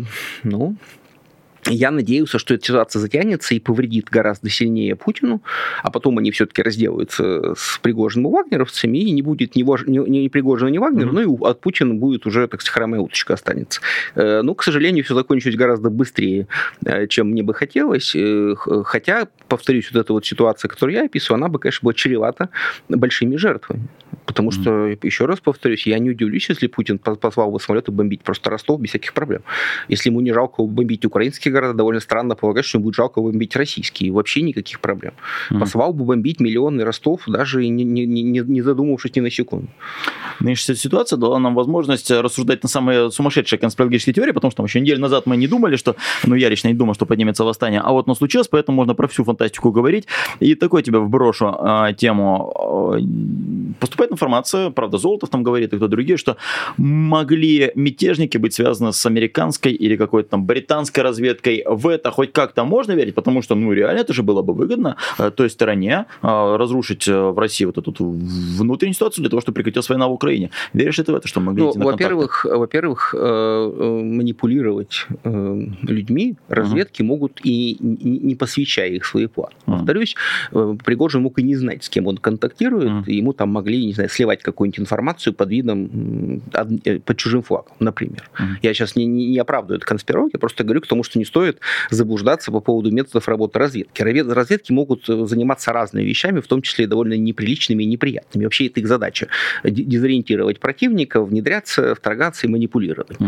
я надеялся, что эта ситуация затянется и повредит гораздо сильнее Путину, а потом они все-таки разделаются с Пригожиным и вагнеровцами, и не будет ни Пригожина, ни Вагнера, и от Путина будет уже, так сказать, хромая уточка останется. Но, к сожалению, все закончилось гораздо быстрее, чем мне бы хотелось. Хотя, повторюсь, вот эта вот ситуация, которую я описываю, она бы, конечно, была чревата большими жертвами. Потому что, еще раз повторюсь, я не удивлюсь, если Путин позвал бы самолеты бомбить просто Ростов без всяких проблем. Если ему не жалко бомбить украинские города, довольно странно полагать, что ему будет жалко бомбить российские. Вообще никаких проблем. Послал бы бомбить миллионный Ростов, даже не задумавшись ни на секунду. Нынешняя ситуация дала нам возможность рассуждать на самые сумасшедшие конспирологические теории, потому что еще неделю назад мы не думали, что, я лично не думал, что поднимется восстание, а вот оно случилось, поэтому можно про всю фантастику говорить. И такой тебе вброшу тему. Поступает информация, правда, Золотов там говорит, и кто другие, что могли мятежники быть связаны с американской или какой-то там британской разведкой. В это хоть как-то можно верить, потому что, реально это же было бы выгодно той стороне разрушить в России вот эту внутреннюю ситуацию для того, чтобы прекратилась война в Украине. Веришь ли ты в это, что могли идти на контакты? Во-первых, манипулировать людьми разведки могут и не посвящая их в свои планы. Повторюсь, Пригожин мог и не знать, с кем он контактирует, и ему там могли, не знаю, сливать какую-нибудь информацию под видом, под чужим флагом, например. Я сейчас не оправдываю эту конспирологию, я просто говорю к тому, что не стоит заблуждаться по поводу методов работы разведки. Разведки могут заниматься разными вещами, в том числе и довольно неприличными и неприятными. Вообще это их задача – дезориентировать противника, внедряться, вторгаться и манипулировать.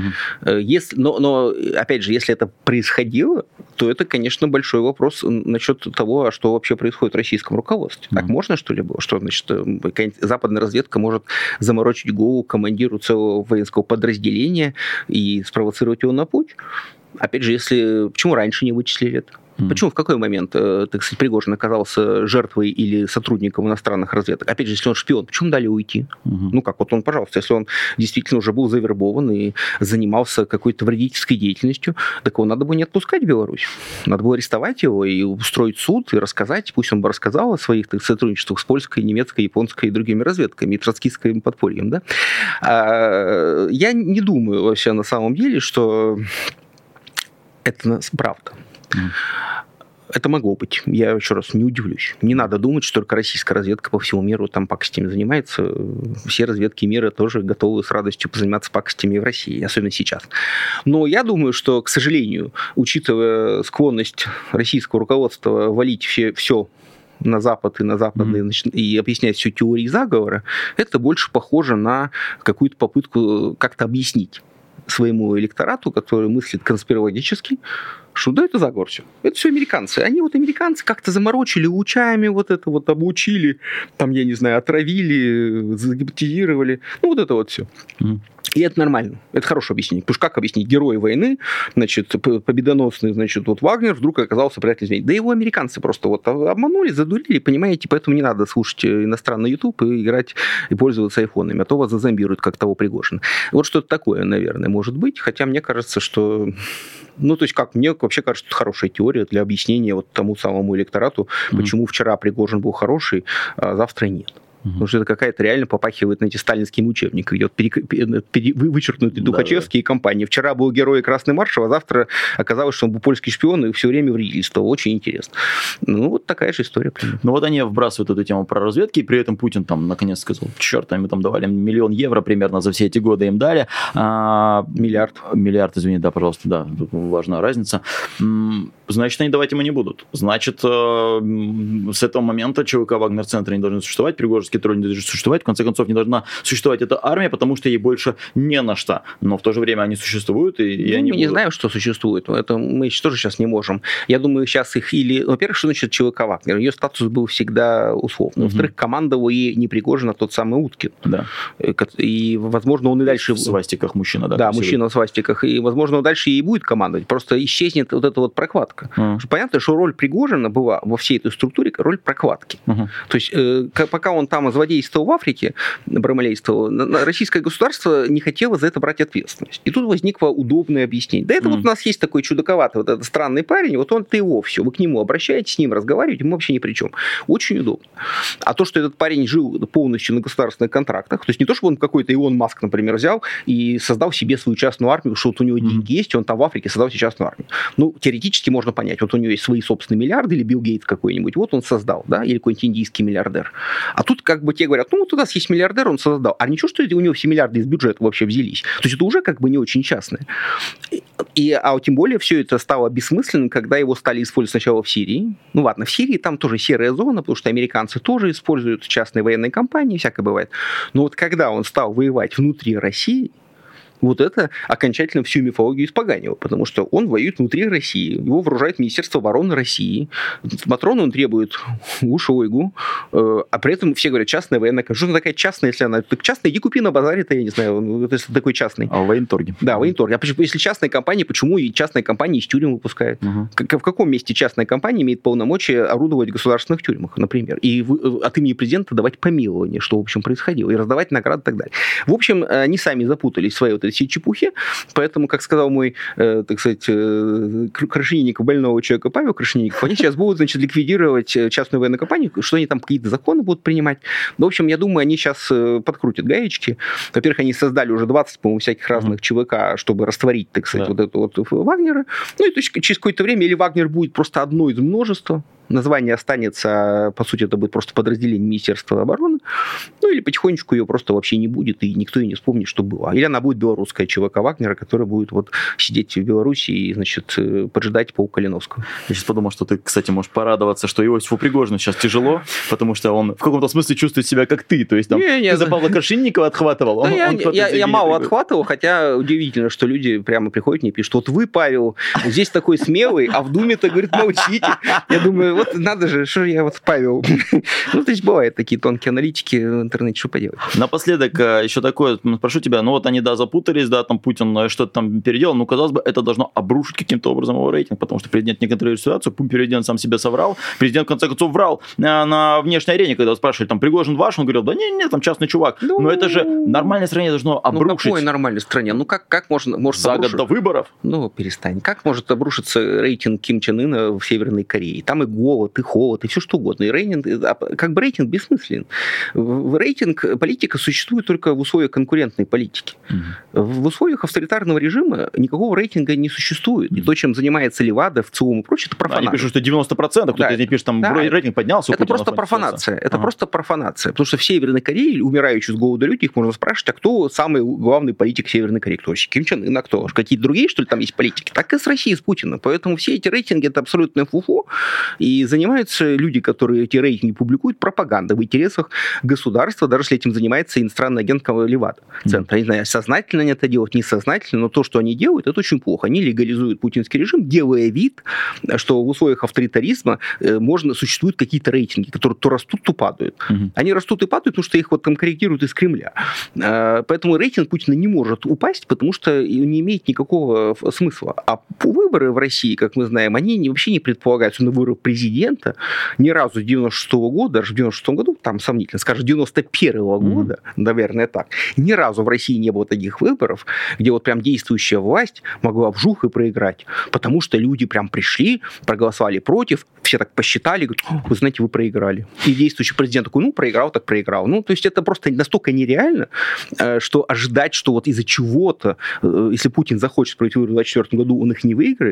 Но, опять же, если это происходило, то это, конечно, большой вопрос насчет того, что вообще происходит в российском руководстве. Так можно, что ли, было? Что, значит, западная разведка может заморочить голову командиру целого воинского подразделения и спровоцировать его на путь? Опять же, почему раньше не вычислили это? Почему, в какой момент, так сказать, Пригожин оказался жертвой или сотрудником иностранных разведок? Опять же, если он шпион, почему дали уйти? Он, пожалуйста, если он действительно уже был завербован и занимался какой-то вредительской деятельностью, так его надо было не отпускать в Беларусь. Надо было арестовать его и устроить суд, и рассказать, пусть он бы рассказал о своих сотрудничествах с польской, немецкой, японской и другими разведками, и троцкистским подпольем. Да? Я не думаю вообще на самом деле, что это правда. Это могло быть. Я еще раз не удивлюсь. Не надо думать, что только российская разведка по всему миру там пакостями занимается. Все разведки мира тоже готовы с радостью позаниматься пакостями и в России, особенно сейчас. Но я думаю, что, к сожалению, учитывая склонность российского руководства валить все на Запад и на западные, и объяснять всю теорию заговора, это больше похоже на какую-то попытку как-то объяснить своему электорату, который мыслит конспирологически, что да, это заговор все. Это все американцы. Американцы как-то заморочили лучами, обучили, там, я не знаю, отравили, загипнотизировали. Это вот все. И это нормально. Это хорошее объяснение. Потому что как объяснить? Герой войны, значит, победоносный, значит, Вагнер вдруг оказался приятелем змей. Да его американцы просто обманули, задурили, понимаете, поэтому не надо слушать иностранный YouTube и играть, и пользоваться айфонами, а то вас зазомбируют, как того Пригожина. Вот что-то такое, наверное, может быть. Хотя мне кажется, что... мне вообще кажется, это хорошая теория для объяснения тому самому электорату, почему вчера Пригожин был хороший, а завтра нет. Потому что это какая-то реально попахивает, сталинским учебником. Идет вычеркнутый Тухачевский и компания. Вчера был герой Красный Маршал, а завтра оказалось, что он был польский шпион и все время вредительствовал. Очень интересно. Вот такая же история. Они вбрасывают эту тему про разведки, и при этом Путин там наконец сказал, черт, мы там давали 1 000 000 евро примерно за все эти годы им дали. Миллиард, извини, да, пожалуйста, да, тут важна разница. Значит, они давать ему не будут. Значит, с этого момента ЧВК Вагнер-центра не должны существовать, Пригожинский тролль не должен существовать, в конце концов, не должна существовать эта армия, потому что ей больше не на что. Но в то же время они существуют, и они... Мы не знаем, что существует. Это мы тоже сейчас не можем. Я думаю, сейчас их во-первых, что значит ЧВК Вагнер? Ее статус был всегда условный. Во-вторых, командовал ей не Пригожин, а тот самый Уткин. Да. И, возможно, он и дальше... В свастиках мужчина, да? Да, мужчина в свастиках. И, возможно, он дальше и будет командовать. Просто исчезнет вот эта прокладка. прокладка. Понятно, что роль Пригожина была во всей этой структуре роль прокладки. То есть пока он там злодействовал в Африке, брамалействовал, российское государство не хотело за это брать ответственность. И тут возникло удобное объяснение. Да это вот у нас есть такой чудаковатый, вот этот странный парень, вот он-то его все, вы к нему обращаетесь, с ним разговариваете, ему вообще ни при чем. Очень удобно. А то, что этот парень жил полностью на государственных контрактах, то есть не то, чтобы он какой-то Илон Маск, например, взял и создал себе свою частную армию, что вот у него деньги есть, и он там в Африке создал себе частную армию. Ну, теоретически можно понять, вот у него есть свои собственные миллиарды, или Билл Гейтс какой-нибудь, вот он создал, да, или какой-нибудь индийский миллиардер. А тут как бы те говорят, ну, вот у нас есть миллиардер, он создал. А ничего, что у него все миллиарды из бюджета вообще взялись. То есть это уже как бы не очень частное. А тем более все это стало бессмысленным, когда его стали использовать сначала в Сирии. Ну ладно, в Сирии там тоже серая зона, потому что американцы тоже используют частные военные компании, всякое бывает. Но вот когда он стал воевать внутри России, вот это окончательно всю мифологию испоганило, потому что он воюет внутри России, его вооружает Министерство обороны России, Матрону он требует Шойгу, а при этом все говорят, частная военная компания. Что она такая частная, если она... Так частная, иди купи на базаре-то, я не знаю, если такой частный. А в военторге. Да, в военторге. А почему, если частная компания, почему и частная компания из тюрем выпускает? В каком месте частная компания имеет полномочия орудовать в государственных тюрьмах, например, и от имени президента давать помилование, что, в общем, происходило, и раздавать награды и так далее. В общем, они сами запутались в своей вот этой чепухе, поэтому, как сказал мой, так сказать, крашенинник больного человека Павел Крашенинников, они сейчас будут, значит, ликвидировать частную военную компанию, что они там какие-то законы будут принимать. В общем, я думаю, они сейчас подкрутят гаечки. Во-первых, они создали уже 20, по-моему, всяких разных ЧВК, чтобы растворить, так сказать, вот это вот Вагнера. Ну и то есть, через какое-то время или Вагнер будет просто одно из множества, название останется, по сути, это будет просто подразделение Министерства обороны, ну или потихонечку ее просто вообще не будет, и никто и не вспомнит, что было. Или она будет белорусская ЧВК Вагнера, которая будет вот сидеть в Беларуси и, значит, поджидать по Калиновскому. Я сейчас подумал, что ты, кстати, можешь порадоваться, что Иосифу Пригожину сейчас тяжело, потому что он в каком-то смысле чувствует себя как ты, то есть там ты за Павла Крашенинникова отхватывал. Я мало отхватывал, хотя удивительно, что люди прямо приходят мне и пишут, вот вы, Павел, здесь такой смелый, а в Думе-то, говорит, молчите. Я думаю, вот надо же, что я вот Павел. Ну, то есть бывают такие тонкие аналитики в интернете, что поделать. Напоследок еще такое, спрошу тебя, ну вот они, да, запутались, да, там Путин что-то там переделал, ну, казалось бы, это должно обрушить каким-то образом его рейтинг, потому что президент не контролирует ситуацию, президент сам себе соврал, президент, в конце концов, врал на внешней арене, когда спрашивали, там, Пригожин ваш, он говорил, да не, там частный чувак. Но это же нормальной стране должно обрушить. Ну, какой нормальной стране? Ну, как может за год до выборов? Ну, перестань. Как может обрушиться рейтинг Ким Чен Ына в Северной Корее? Там и голод, и холод, и все что угодно. И рейтинг, как бы рейтинг бессмыслен. Рейтинг, политика существует только в условиях конкурентной политики. В условиях авторитарного режима никакого рейтинга не существует. И то, чем занимается Левада, ВЦИОМ и прочее, это профанация. Они пишут, что 90%, кто-то не пишет, там рейтинг поднялся. Это просто профанация. Это просто профанация. Потому что в Северной Корее, умирающие с голода люди, их можно спрашивать, а кто самый главный политик Северной Кореи? Кто? Ким Чен Ын, а кто? Какие-то другие, что ли, там есть политики? Так и с Россией, с Путиным. Поэтому все эти рейтинги — это абсолютное фуфло. И занимаются люди, которые эти рейтинги публикуют, пропагандой в интересах государства, даже если этим занимается иностранный агент Левада. Центр. Я не знаю, сознательно они это делают, несознательно, но то, что они делают, это очень плохо. Они легализуют путинский режим, делая вид, что в условиях авторитаризма существуют какие-то рейтинги, которые то растут, то падают. Они растут и падают, потому что их вот там корректируют из Кремля. Поэтому рейтинг Путина не может упасть, потому что не имеет никакого смысла. А выборы в России, как мы знаем, они вообще не предполагаются на выборы президента ни разу с 96-го года, даже в 96-м году, там сомнительно, скажем, 91-го года, наверное, так, ни разу в России не было таких выборов, где вот прям действующая власть могла вжух и проиграть, потому что люди прям пришли, проголосовали против, все так посчитали, говорят, вы знаете, вы проиграли. И действующий президент такой, ну, проиграл, так проиграл. Ну, то есть это просто настолько нереально, что ожидать, что вот из-за чего-то, если Путин захочет пройти выборы в 2024 году, он их не выиграет.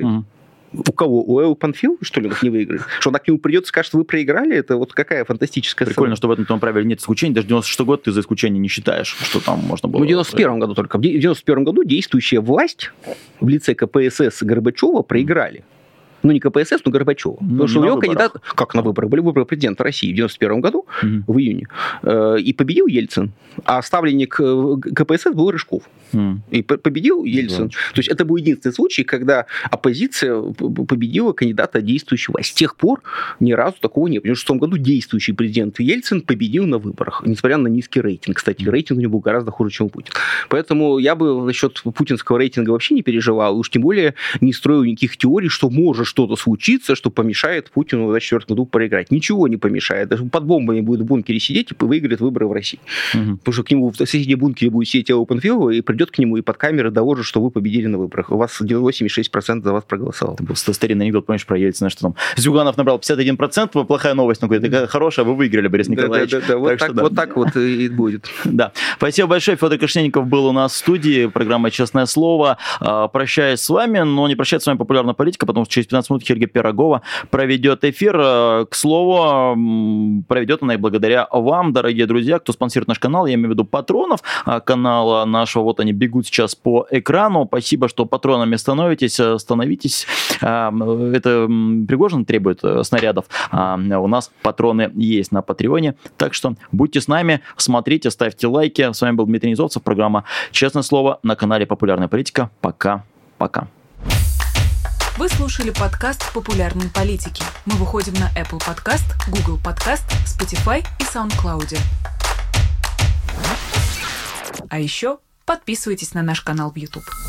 У кого? У Эллы Панфилова, что ли, он их не выиграет? Что она к нему придет и скажет, что вы проиграли? Это вот какая фантастическая Прикольно, что в этом правиле нет исключений. Даже 96-й год ты за исключение не считаешь, что там можно было... Ну, в 91-м году только. В 91-м году действующая власть в лице КПСС Горбачева проиграли. Ну, не КПСС, но Горбачева. Потому что у него кандидат... Как на выборах? Были выборы президента России в 91 году, в июне. И победил Ельцин. А ставленник КПСС был Рыжков. И победил Ельцин. То есть это был единственный случай, когда оппозиция победила кандидата действующей власти. С тех пор ни разу такого не было. В 1996 году действующий президент Ельцин победил на выборах, несмотря на низкий рейтинг. Кстати, рейтинг у него был гораздо хуже, чем у Путина. Поэтому я бы насчет путинского рейтинга вообще не переживал. Уж тем более не строил никаких теорий, что может что-то случится, что помешает Путину в 2024 году проиграть. Ничего не помешает. Даже под бомбами будет в бункере сидеть и выиграет выборы в России. Потому что к нему в соседнем бункере будет сидеть Open Field и придет к нему и под камеры доложит, что вы победили на выборах. У вас 86% за вас проголосовало. Это был старинный анекдот, помнишь, про Ельцина, что там Зюганов набрал 51%, плохая новость, но говорит, такая хорошая, вы выиграли, Борис Николаевич. Да, вот так вот и будет. Да. Спасибо большое. Федор Кашненников был у нас в студии, программа «Честное слово». Прощаюсь с вами, но не прощаюсь с вами популярная политика, потому что через 15 минут Хельга Пирогова проведет эфир. К слову, проведет она и благодаря вам, дорогие друзья, кто спонсирует наш канал, я имею в виду патронов канала нашего. Вот они бегут сейчас по экрану. Спасибо, что патронами становитесь. Это Пригожин требует снарядов. У нас патроны есть на Патреоне. Так что будьте с нами, смотрите, ставьте лайки. С вами был Дмитрий Низовцев, программа «Честное слово» на канале «Популярная политика». Пока-пока. Вы слушали подкаст «Популярной политики». Мы выходим на Apple Podcast, Google Podcast, Spotify и SoundCloud. А еще подписывайтесь на наш канал в YouTube.